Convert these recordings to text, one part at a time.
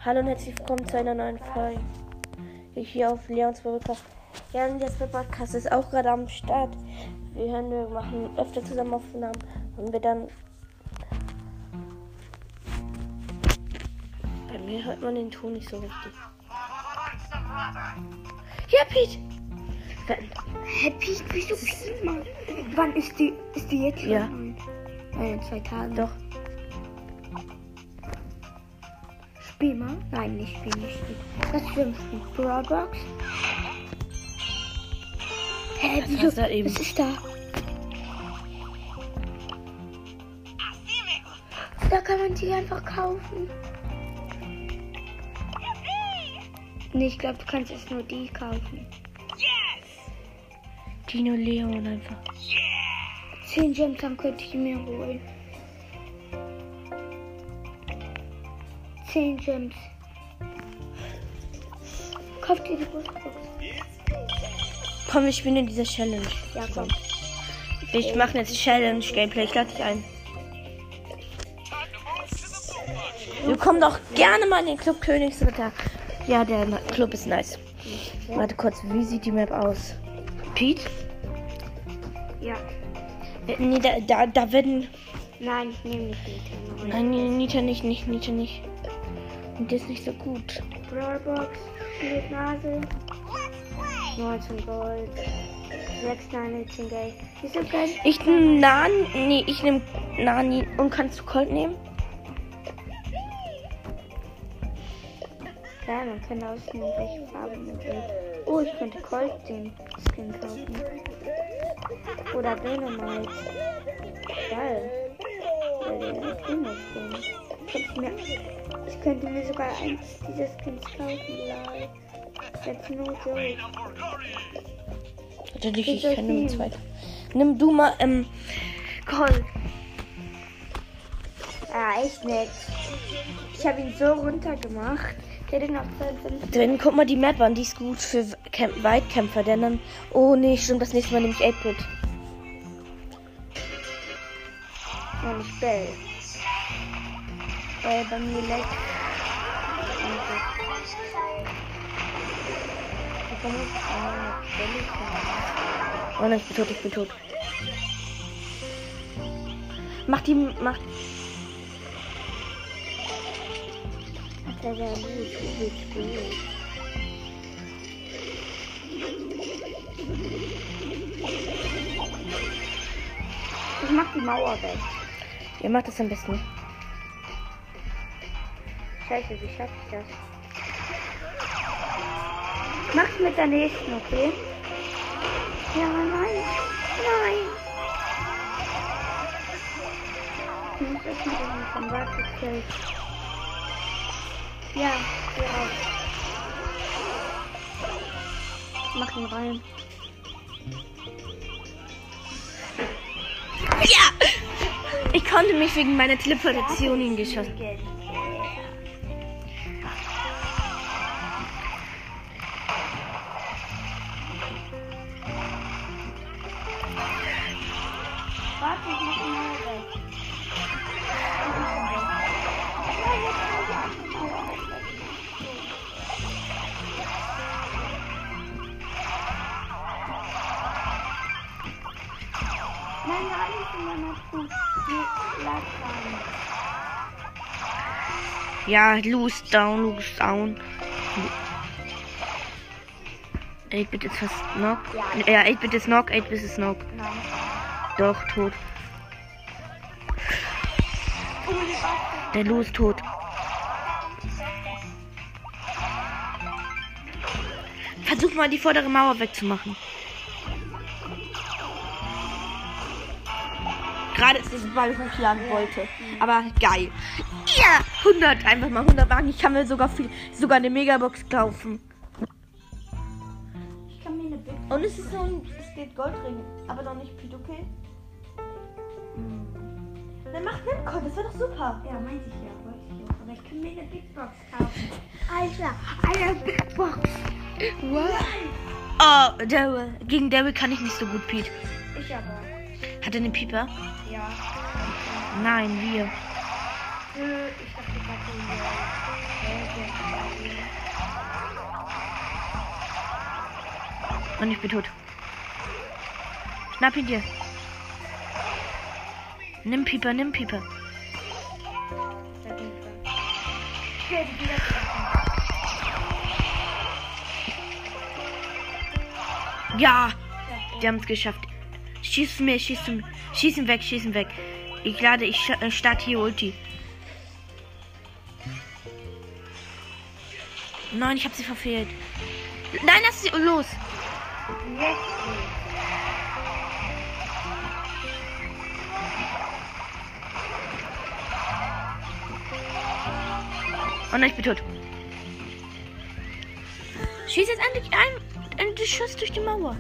Hallo und herzlich willkommen zu einer neuen Folge hier auf Leons Podcast. Ja, und jetzt der Podcast ist auch gerade am Start. Wir machen öfter zusammen Aufnahmen und wir dann. Bei mir hört man den Ton nicht so richtig. Ja, Pete! Hä, Pete, wieso Pete, Mann? Wann ist die jetzt schon? Ja. In 2 Tagen. Doch. Spiel mal. Nein, nicht spielen. Das stimmt. Brawlbox. Hä, Was wieso? hast du da eben? Was ist da? Da kann man sie einfach kaufen. Nee, ich glaube, du kannst jetzt nur die kaufen. Dino Leon einfach. 10 Gems, dann könnte ich mir holen. 10 Gems. Kauf dir die Brustbox. Komm, wir spielen in dieser Challenge. Ja, komm. Ich mache jetzt Challenge Gameplay. Ich lade dich ein. Wir kommen doch gerne mal in den Club Königsritter. Ja, der Club ist nice. Warte kurz, wie sieht die Map aus? Pete? Ja. Nee, da werden. Nein, ich nehme nicht Nita. Nein, Nita nicht. Und der ist nicht so gut. Brawlbox, Nase, 19 Gold, 6,19 Geld. Wieso Geld? Ich nehme Nani. Und kannst du Colt nehmen? Ja, man kann ausnehmen, welche Farbe man will. Oh, ich könnte Colt den Skin kaufen. Oder Dynamite. Geil. Oder den Dynamite. Ich könnte mir sogar eins dieser Skins kaufen. Lol. Jetzt nur so. Natürlich, ich kann nur zwei. Nimm du mal, Colt. Ah, echt nett. Ich habe ihn so runtergemacht. Der hat ihn auf 52. Dann guck mal die Map an, die ist gut für Weitkämpfer, denn dann. Oh nee, stimmt, das nächste Mal nehme ich 8-Bit. Und ich Bell. Weil bei mir leckt. Oh nein, ich bin tot. Mach. Der wäre gut. Ich mach die Mauer weg. Ihr macht das am besten. Scheiße, wie schaff ich das? Mach's mit der nächsten, okay? Ja, nein. Ich muss erstmal vom Wartezelt. Ja, geh raus. Mach ihn rein. Ja! Ich konnte mich wegen meiner Teleportation hingeschossen. Warte, ich mach ihn mal weg. Nein, gar nicht in meiner Kuh. Ja, lose down. 8-Bit ist fast knock. Ja, 8-Bit ist knock, 8-Bit ist knock. Nein. Doch, tot. Der Lu ist tot. Versuch mal die vordere Mauer wegzumachen. Gerade ist dieser Ball hochschlagen wollte. Aber geil. Ja, 100. Einfach mal 100 Wagen. Ich kann mir sogar eine Megabox kaufen. Ich kann mir eine Big. Und es steht Goldring. Aber noch nicht Pete, okay? Dann nimm Gold. Das wäre doch super. Ja, meinte ich ja. Wollte ich auch. Aber ich kann mir eine Big Box kaufen. Alter, eine Big Box. What? Oh, gegen Daryl kann ich nicht so gut, Pete. Ich aber. Hat er einen Pieper? Ja. Nein, wir. Ich dachte gerade, Und ich bin tot. Schnapp ihn dir. Nimm Pieper, nimm Pieper. Ja, die haben es geschafft. Schieß mir, schieß ihn weg, schieß ihn weg. Ich lade, ich starte hier Ulti. Nein, ich habe sie verfehlt. Nein, lass sie los. Oh nein, ich bin tot. Schieß jetzt endlich ein Schuss durch die Mauer.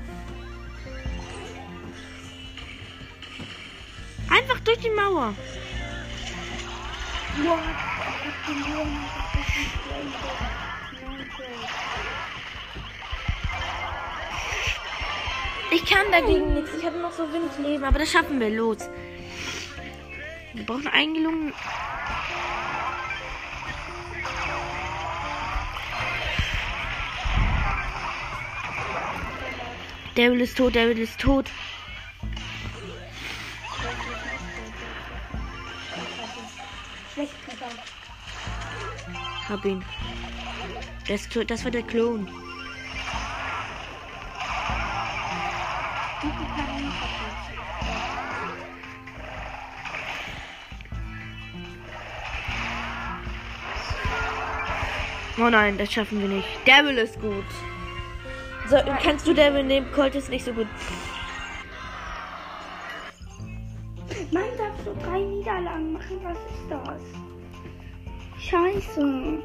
Einfach durch die Mauer. Ich kann dagegen nichts. Ich habe noch so wenig Leben, aber das schaffen wir. Los. Wir brauchen eingelungen. Daryl ist tot, Daryl ist tot. Hab ihn. Das war der Klon. Oh nein, das schaffen wir nicht. Daryl ist gut. So, kannst du Daryl nehmen? Colt ist nicht so gut. Man darf so 3 Niederlagen machen. Was ist das? Scheiße.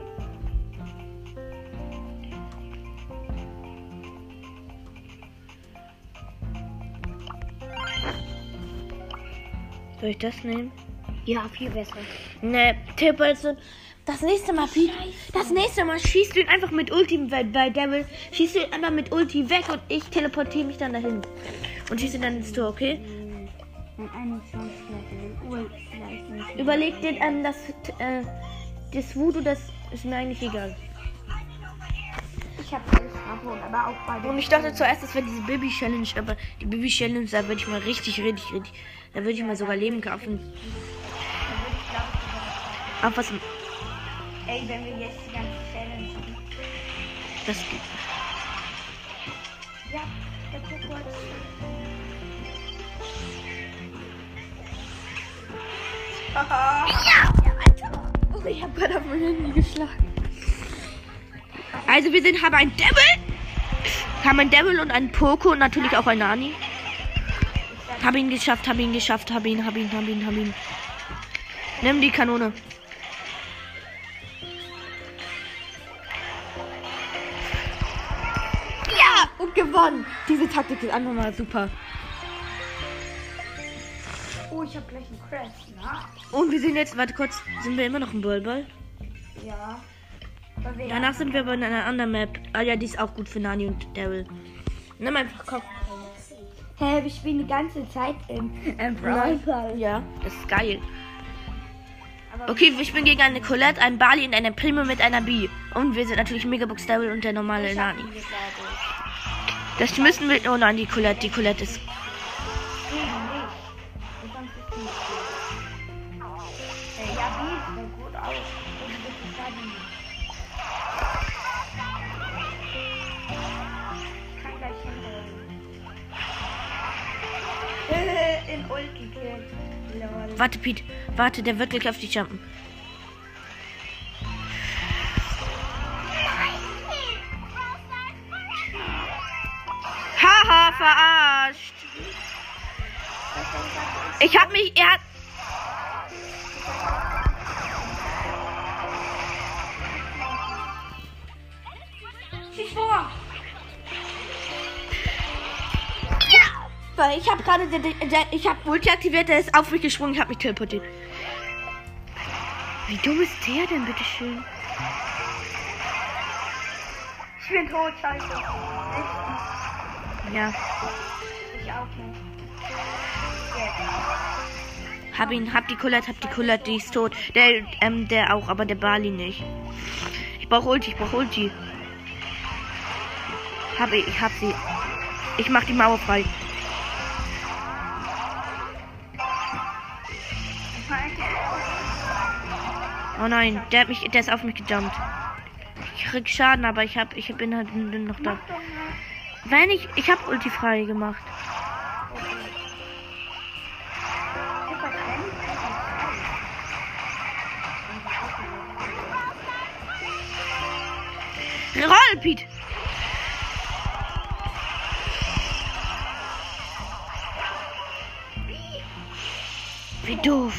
Soll ich das nehmen? Ja, viel besser. Ne, Tipp, also das nächste Mal, Pete, das nächste Mal schießt du ihn einfach mit Ulti bei Daryl. Schießt du ihn einfach mit Ulti weg und ich teleportiere mich dann dahin. Und schieße ihn dann ins Tor, okay? Überleg dir, das Voodoo, das ist mir eigentlich egal. Ich habe alles abholen, aber auch bei Und ich dachte zuerst, das wäre diese Baby-Challenge, aber die Baby-Challenge, da würde ich mal richtig, da würde ich mal sogar Leben kaufen. Auf was? Ey, wenn wir jetzt die ganze Challenge machen. Das geht. Ja, der Poko hat Ja, Alter. Oh, ich habe gerade auf mein Handy geschlagen. Also wir haben ein Devil und einen Poco und natürlich auch einen Nani. Hab ihn geschafft. Hab ihn. Nimm die Kanone. Ja, und gewonnen. Diese Taktik ist einfach mal super. Oh, ich habe gleich einen Crash, ne? Und wir sind jetzt, warte kurz, sind wir immer noch im Ball? Ja. Danach sind wir bei einer anderen Map. Ah ja, die ist auch gut für Nani und Daryl. Nimm einfach Kopf. Hä, wir spielen die ganze Zeit im Brawl. Ja, das ist geil. Okay, wir spielen gegen eine Colette, einen Barley und eine Primo mit einer B. Und wir sind natürlich Megabox Daryl und der normale Nani. Das müssen wir... Oh nein, die Colette ist... In Ult gekillt. Warte, Pete. Warte, der wird gleich auf dich jumpen. Haha, verarscht. Ich hab mich... Er hat... Schieß vor! Weil ich habe gerade, ich habe Multi aktiviert, der ist auf mich gesprungen, ich habe mich teleportiert. Wie dumm ist der denn, bitteschön? Ich bin tot, scheiße. Ja. Ich auch nicht. Hab die Colette, die ist tot. Der auch, aber der Bali nicht. Ich brauche Ulti. Ich hab sie. Ich mach die Mauer frei. Oh nein, der ist auf mich gejumpt. Ich krieg Schaden, aber ich bin halt noch da. Ich hab Ulti frei gemacht. Roll, Pete! Wie doof.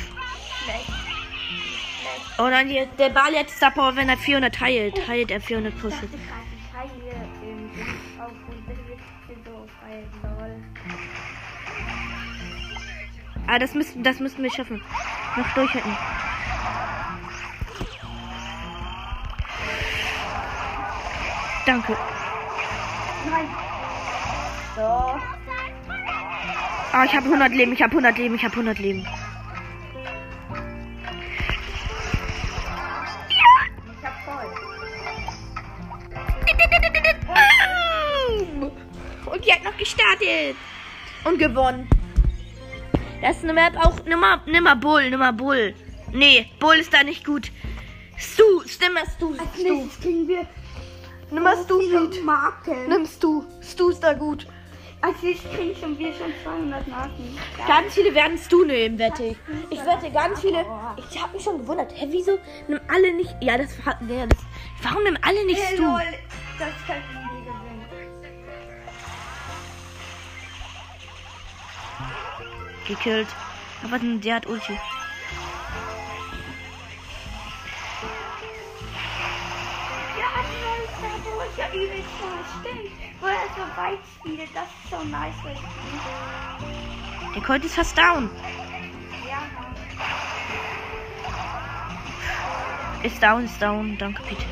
Oh nein, der Bali hat Star Power, wenn er 400 heilt. Heilt er 400 Pushes. Ah, das müssten wir schaffen. Noch durchhalten. Danke. Nein. So. Ah, ich habe 100 Leben. Ich hab voll. Und die hat noch gestartet. Und gewonnen. Das ist eine Map auch. Nimm mal Bull. Nee, Bull ist da nicht gut. Stu. Kriegen wir Nimm mal Stu. Marken. Nimm Stu. Stu ist da gut. Als ich kriegen wir schon 200 Marken. Ganz viele werden Stu nehmen, wette ich. Ich wette, ganz viele. Ich habe mich schon gewundert. Hä, wieso nehmen alle nicht. Ja, warum nehmen alle nicht Stu? Lol, das könnten wir gewinnen. Gekillt. Aber der hat Ulti. Ja, übelst mal stimmt. Wo er so weit spielt, das ist so nice. Der Colt ist fast down. Ja, Ist down. Danke, Pete.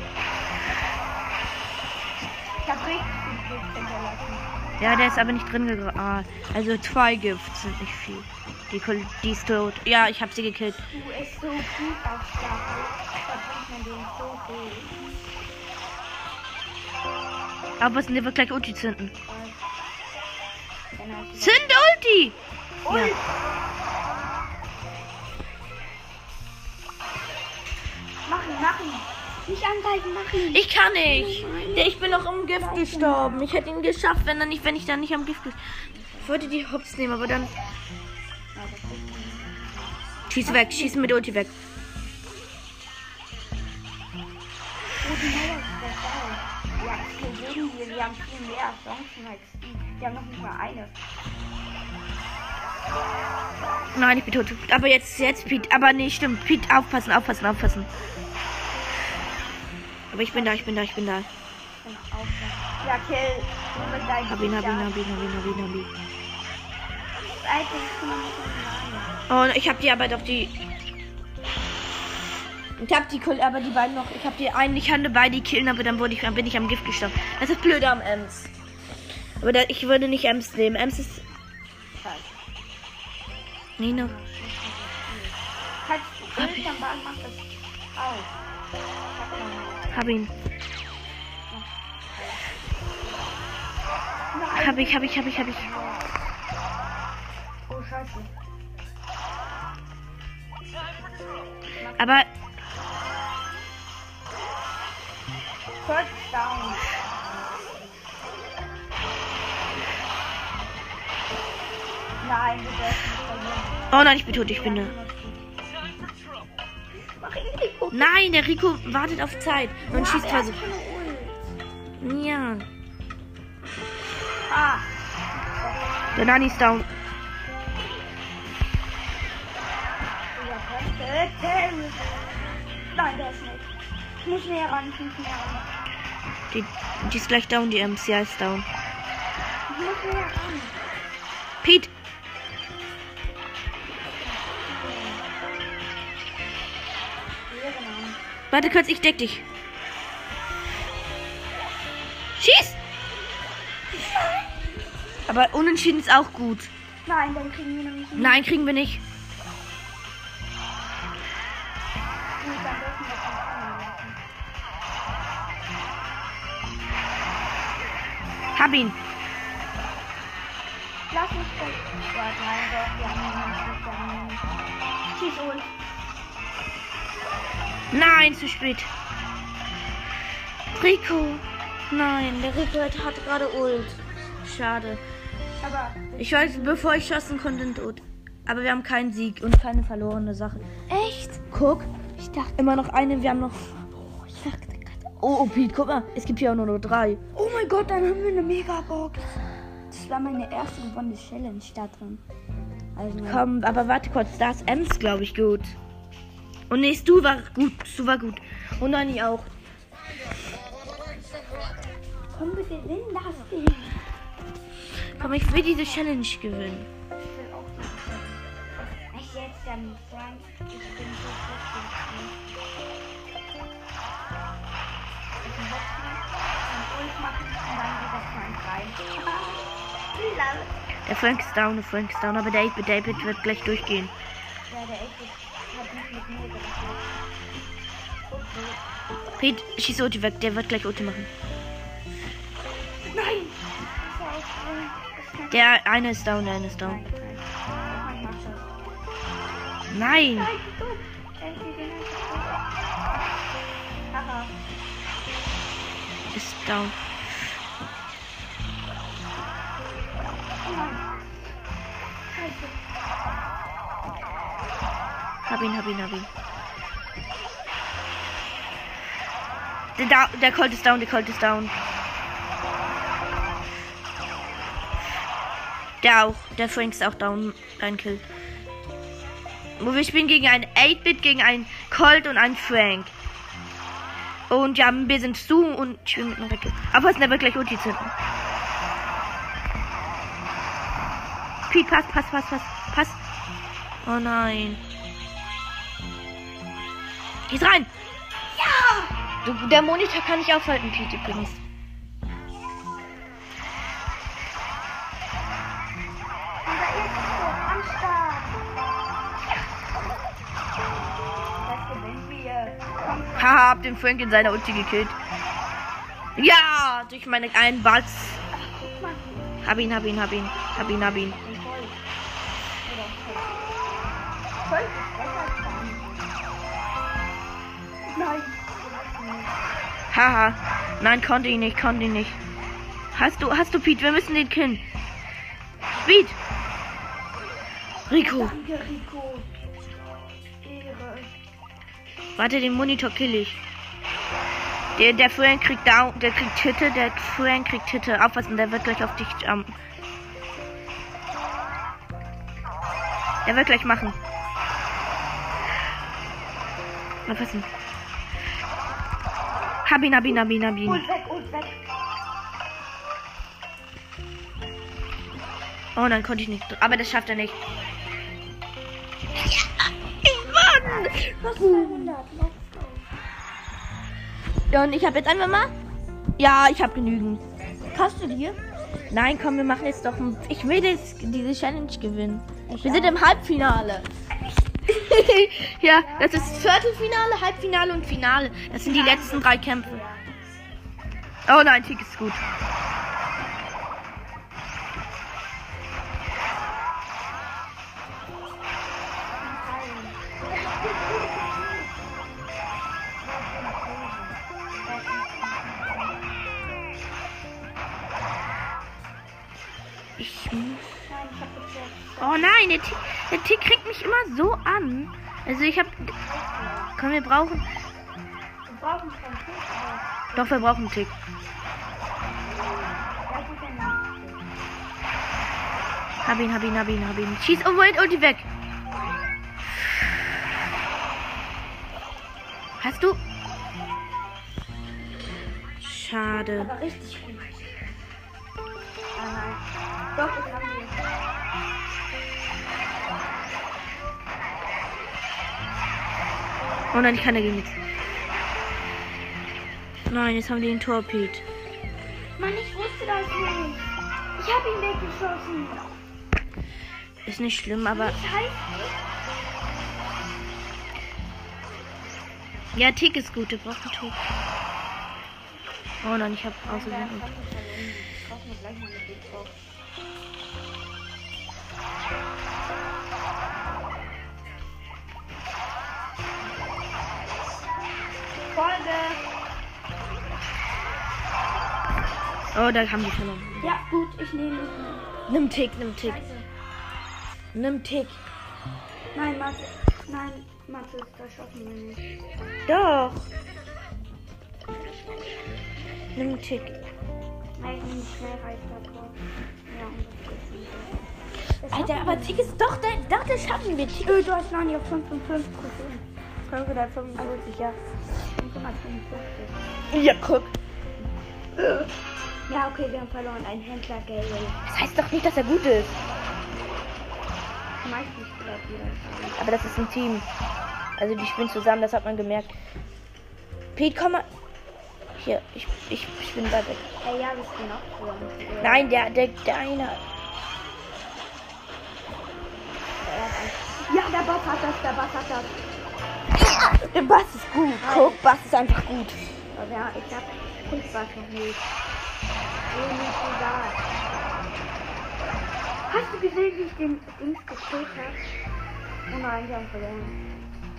ich hab richtig viel Gift hinterlassen. Ja, der ist aber nicht drin gegangen. Ah, also 2 Gifts sind nicht viel. Die ist tot. Ja, ich hab sie gekillt. Du ist so gut auf Stachel. Da bringt man den so viel. Aber was sind wir gleich Ulti zünden? Genau. Zünd Ulti! Und Ja. machen. Nicht angreifen, machen. Ich kann nicht. Ich bin noch im Gift gestorben. Ich hätte ihn geschafft, wenn ich dann nicht am Gift gestorben. Ich wollte die Hops nehmen, aber dann. Schieß weg, schießen mit Ulti weg. Wir haben viel mehr Chancen als die. Wir haben noch nicht mal eine. Nein, ich bin tot. Aber jetzt Pete. Aber nee, stimmt. Pete, aufpassen. Aber ich bin da. Ja, Kill. Hab ihn. Oh, ich hab die aber doch die. Ich hab die beiden noch. Ich hab die eigentlich kann beide killen, aber dann bin ich am Gift gestorben. Das ist blöd am Ems. Aber ich würde nicht Ems nehmen. Ems ist. Nino. Hab ihn. Hab ich. Oh, scheiße. Aber. First down. Nein, wir dürfen nicht verlieren. Oh nein, ich bin tot. Ich bin da. Mach ihn, Rico. Nein, der Rico wartet auf Zeit und schießt aber er also. hat keine Ult. Ja. Ah. Der Nani ist down. Nein, der ist nicht. Ich muss näher ran. Die ist gleich down, die Ems. Ja, ist down. Ich muss näher ran. Pete. Warte kurz, ich deck dich. Schieß! Aber unentschieden ist auch gut. Nein, dann kriegen wir nämlich nicht. Nein, kriegen wir nicht. Gut, dann dürfen wir das anlassen. Hab ihn. Lass uns das. Ja, nein, doch, wir haben ihn nicht. Schieß Ult. Nein, zu spät. Rico. Nein, der Rico hatte gerade Ult. Schade. Aber Ich weiß, bevor ich schossen konnte, tot. Aber wir haben keinen Sieg und keine verlorene Sache. echt? Guck, Ich dachte, immer noch eine, wir haben noch... ich dachte gerade. Oh, Pete, guck mal, es gibt hier auch nur noch 3. Oh mein Gott, dann haben wir eine Megabox. Das war meine erste gewonnene Challenge da drin. Also, Komm, aber warte kurz, da ist Ems, glaube ich, gut. Und nee, Stu war gut. Und Nani auch. komm, wir gewinnen das Ding. Komm, ich will diese Challenge gewinnen. Ich will auch die Challenge. Ich jetzt dann Frank. Ich bin so glücklich. Ich bin und Ult machen und dann geht das Frank rein. Der Frank ist down, aber David wird gleich durchgehen. Ja, der Echte hat nicht mit mir gerechnet. Pete, schieß Ulti weg, der wird gleich Ulti machen. Nein! Das war auch schön. Der eine ist down. Nein. Nein! Nein, gut. Haha. Ist down. Oh Mann. Scheiße. Hab ihn. Der Colt ist down. Der auch. Der Frank ist auch down. Kein Kill. Wo wir spielen gegen einen 8-Bit, gegen einen Colt und einen Frank. Und ja, wir sind Stu und ich spiele mit einem Recke. Aber es wird gleich Ulti zünden. Pete, pass. Oh nein. Geh's rein. Ja! Der Monitor kann nicht aufhalten, Pete, übrigens. Aber ist so am Start. Das gewinnen wir. Haha, hab den Frank in seiner Ulti gekillt. Ja, durch meine einen Batz. Guck mal. Hab ihn. Voll ist besser als Nein. Haha. Nein, konnte ihn nicht. Hast du Pete? Wir müssen den killen. Speed. Rico. Danke, Rico. Ehre. Warte, den Monitor kill ich. Der Frank kriegt down, der kriegt Hitte, der Frank kriegt Hitte. Aufpassen, der wird gleich auf dich jumpen. Der wird gleich machen. Aufpassen. Hab ihn. Ult weg. Oh nein, konnte ich nicht. Aber das schafft er nicht. Mann! Was 200? Let's go. Ja, und ich habe jetzt einfach mal. Ja, ich habe genügend. Kaufst du dir? Nein, komm, wir machen jetzt doch. Ich will diese Challenge gewinnen. Ich Wir sind auch. im Halbfinale. Ja, das ist Viertelfinale, Halbfinale und Finale. Das sind die letzten 3 Kämpfe. Oh nein, Tick ist gut. Oh nein, der Tick kriegt mich immer so an. Also ich hab... Komm, wir brauchen... Wir brauchen keinen Tick. Doch, wir brauchen einen Tick. Ja, gut, dann Hab ihn. Schieß, oh, Moment, Ulti weg. Hast du? Schade. aber richtig gut. Nein. Doch, das haben wir. Oh nein, ich kann dagegen nichts. Nein, jetzt haben die den Torped. Mann, ich wusste das nicht. Ich habe ihn weggeschossen. Ist nicht schlimm, aber... Scheiße. Ja, Tick ist gut, der braucht einen Tick. Oh nein, ich hab Nein, außerdem. der hat verloren. Ich brauche mir gleich mal eine Big Box. Folge! Oh, da haben die verloren. Ja, gut, ich nehme es. Nimm Tick, nimm Tick. Scheiße. Nimm Tick. Nein, Mathe. Nein, Mathe, das schaffen wir nicht. Doch. Nimm Tick. Nein, nicht schnell Reisverkauf. Ja, und das geht nicht. Alter, aber Tick ist doch, das schaffen wir. Tick. Du hast noch nicht auf 5 von 5 Prozent. 545, ja. 555. Ja, guck. Ja, okay, wir haben verloren. Ein Händler Gale. Das heißt doch nicht, dass er gut ist. Meistens bleibt wieder. Aber das ist ein Team. Also die spielen zusammen, das hat man gemerkt. Pete, komm mal. Hier, ich bin da weg. Ey, ja, wir spielen auch zusammen. Nein, der eine. Ja, der Boss hat das, Der Bass ist gut. Guck, Bass ist einfach gut. Aber ja, ich hab Kunstbass noch nicht. Egal. Hast du gesehen, wie ich den Dings gekillt habe? Oh nein, wir haben verloren.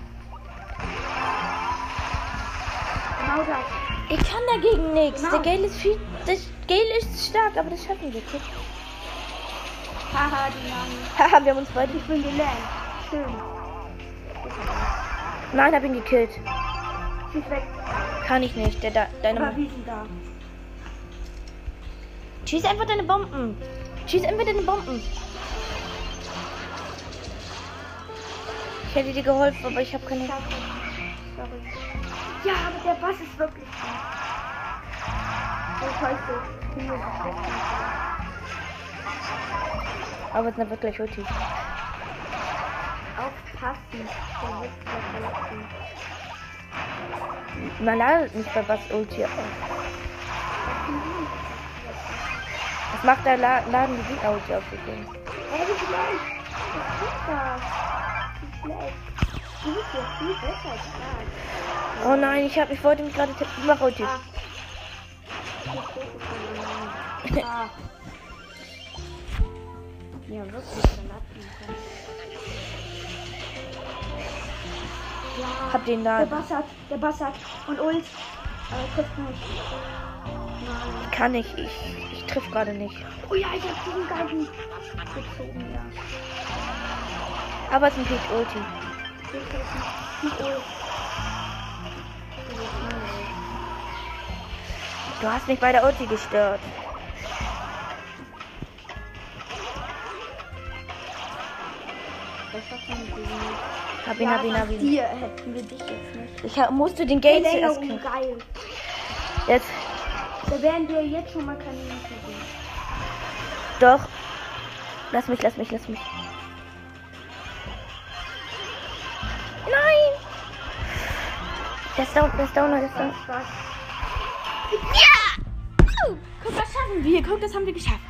Genau das. Ich kann dagegen nichts. Genau. Der Gale ist stark, aber das schaffen wir. Guck. Haha, die Mann. Haha, wir haben uns beide. Ich bin gelernt. Schön. Nein, hab ihn gekillt. Schieß weg. Kann ich nicht. Aber Deine. wie sind da? Schieß einfach deine Bomben. Schieß einfach deine Bomben. Ich hätte dir geholfen, aber ich habe keine. Sorry. Ja, aber der Boss ist wirklich gut. Oh, scheiße. Ich muss es wegnehmen. Aber es wird gleich Ulti. Aufpassen. Der wird gleich verlassen. Man ladet nicht bei was Ulti auf. Was macht der Laden die Gegner Ulti aufgegeben? Ey, wie schlecht. Was ist das? Wie schlecht. Du bist ja viel besser als ich. Oh nein, ich wollte mich gerade tippen. Mach Ulti. Ja, wirklich verlassen können. Ja, Hab den da. der Bassard und Ult. Trifft nicht. Nein. Kann ich triff gerade nicht. Oh ja, ich hab diesen Galgen gezogen, ja. Aber es ist ein Peach Ulti. Mach Ult. Du hast mich bei der Ulti gestört. Das war schon gut. Hab ihn. Hier hätten wir dich jetzt nicht. Musste den Gate zuerst Verlängerung, killen. geil. Jetzt. Da werden wir jetzt schon mal keine Minute sehen. Doch. Lass mich. Nein! Der ist down. Was? Ja! Guck, das schaffen wir. Guck, das haben wir geschafft.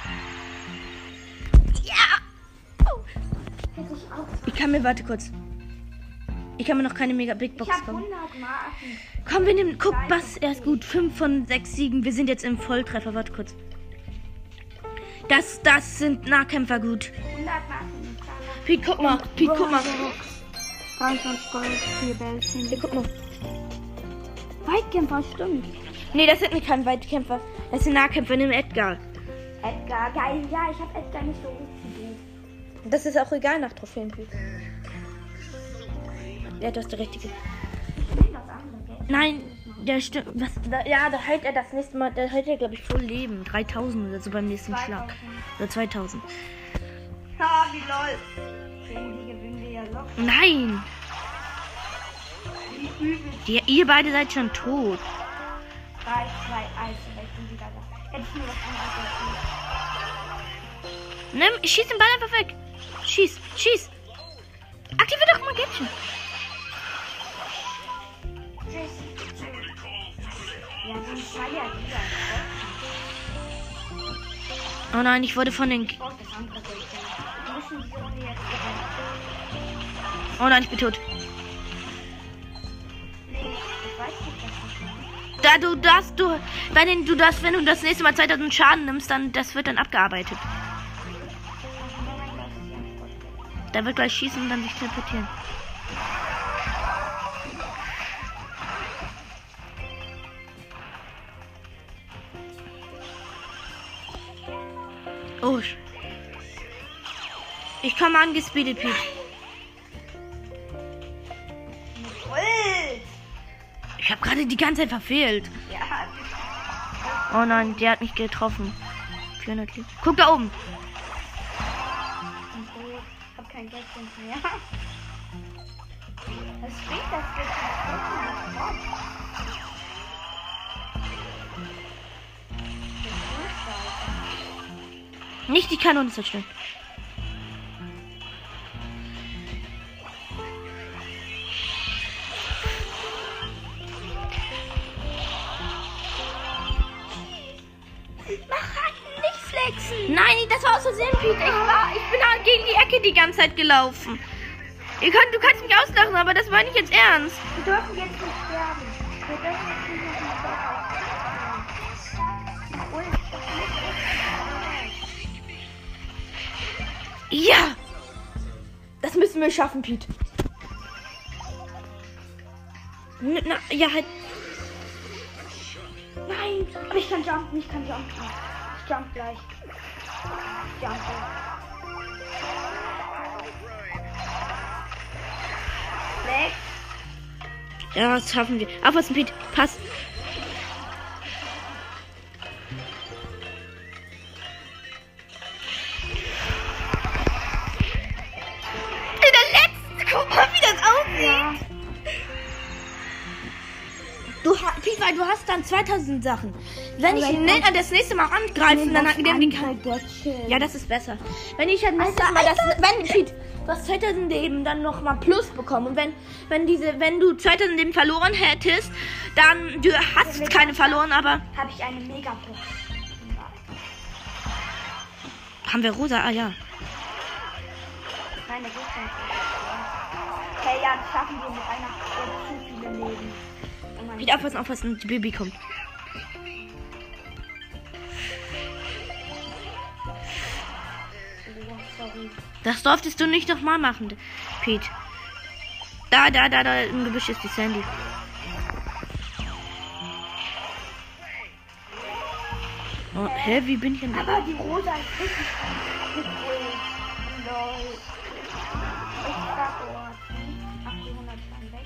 Ja! Hätte ich auch. Warte kurz. Ich kann mir noch keine mega Big Box Ich hab bauen. 100 Marken. Komm, wir nehmen. Guck, Bass, er ist gut. 5 von 6 Siegen. Wir sind jetzt im Volltreffer. Warte kurz. Das sind Nahkämpfer gut. 100 Marken. Pete, guck mal. 23 Gold, 4 Bällchen. Hier, guck mal. Weitkämpfer, stimmt. Nee, das sind keine Weitkämpfer. Das sind Nahkämpfer. Nimm Edgar. Edgar, geil. Ja, ich hab Edgar nicht so gut gedient. Das ist auch egal nach Trophäentyp. Ja, du hast die richtige. Ich will das andere, gell? Nein, der stimmt. Ja, da hält er das nächste Mal. Da hält er, glaube ich, voll Leben. 3000 oder so beim nächsten Schlag. Oder 2000. Ha, wie lol. Die gewinnen wir ja locker. Nein! Wie übel. Ihr beide seid schon tot. 3, 2, 1. Ich bin wieder da. Hätte ich mir was anderes Nimm, schieß den Ball einfach weg. Schieß. Aktivier doch mal Gäppchen. Ja, so ein Scheier wieder. Oh nein, ich wurde von den. Ich brauche das andere Geld. Wir müssen diese Runde jetzt gewinnen. Oh nein, ich bin tot. Nee, weiß nicht, was ich mache. Da wenn du das nächste Mal 2000 Schaden nimmst, dann das wird dann abgearbeitet. Da wird gleich schießen und dann sich teleportieren. Oh. Ich komme angespeedet, Pete. Ich habe gerade die ganze Zeit verfehlt. Ja. Oh nein, der hat mich getroffen. 400 Leben. Guck da oben. Ich hab kein Geld mehr. Was bringt das jetzt? Nicht die Kanone zerstören. Nein, das war aus Versehen, Pete. Ich bin halt gegen die Ecke die ganze Zeit gelaufen. Du kannst mich auslachen, aber das war nicht jetzt ernst. Wir dürfen jetzt nicht sterben. Wir dürfen jetzt nicht mehr Ja! Das müssen wir schaffen, Pete. Ja, halt. Nein, aber ich kann jumpen, Ich jump gleich. Weg. Ja, das schaffen wir. Aufpassen, Pete. Pass. In der letzten. Guck mal, wie das aussieht. Ja. Pete, weil du hast dann 2000 Sachen. Wenn ich Nina das nächste Mal angreifen, dann hat der die. Ja, das ist besser. Wenn ich dann Pete, du hast 2000 Leben dann noch mal plus bekommen. Und wenn du 2000 Leben verloren hättest, dann du hast keine verloren, aber habe ich eine Megabox. haben wir rosa? Ah ja. Keine Rüstung. Okay, ja, das schaffen wir mit einer zu viele Leben. Pete, aufpassen, die Baby kommt. Sorry. Das durftest du nicht nochmal machen, Pete. Da, im Gebüsch ist die Sandy. Oh, hä, wie bin ich denn da? Aber die Rosa ist richtig gut. Lol. Ich sag, oh, 800 weg.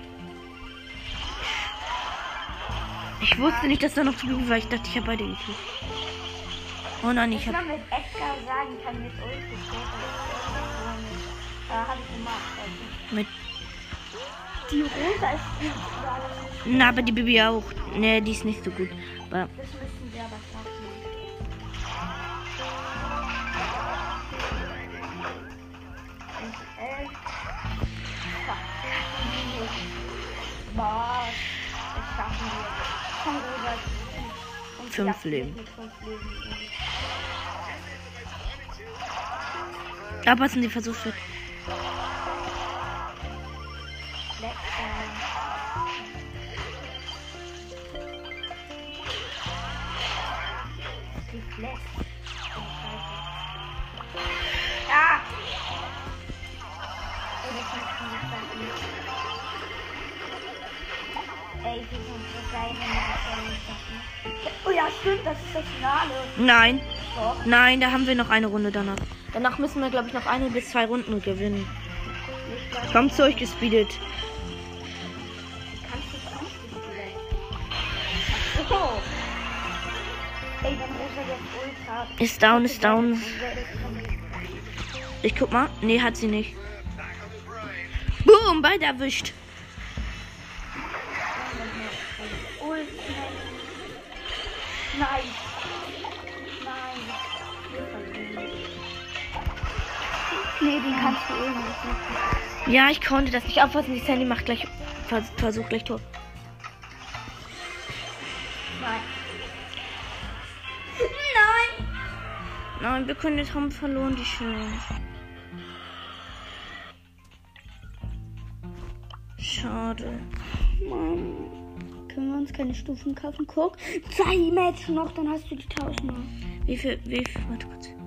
Ich wusste nicht, dass da noch zu viel war. Ich dachte, ich habe beide gekriegt. Oh nein, ich habe... Ich mit Edgar sagen kann, mit Ulti. Habe ich gemacht. Mit... Die Rosa ist gut. Na, aber die Baby auch. Ne, die ist nicht so gut. Aber... Das müssen wir aber schaffen. Boah, das schaffen wir. Komm, Rosa. 5 Leben. Aber sind die Versuche weg. Ja. Ey, die sind so geil, wenn wir das schaffen. Oh ja, stimmt, das ist das Finale. Nein. Doch. Nein, da haben wir noch eine Runde danach. Danach müssen wir, glaube ich, noch 1 bis 2 Runden gewinnen. Kommt zu euch gespeedet. Kannst du vielleicht? Oh. Ey, wenn Rosa jetzt Ultra... Ist down. Ich guck mal. Nee, hat sie nicht. Boom, beide erwischt. Nein. Nee, den kannst du eh nicht. Ja, ich konnte das nicht aufpassen. Die Sandy macht gleich... Versucht gleich Tor. Nein. Nein, wir können jetzt haben verloren, die Chance. Schade. Mann. Können wir uns keine Stufen kaufen? Guck. 2 Matches noch, dann hast du die 1000 mal. Wie viel, warte kurz.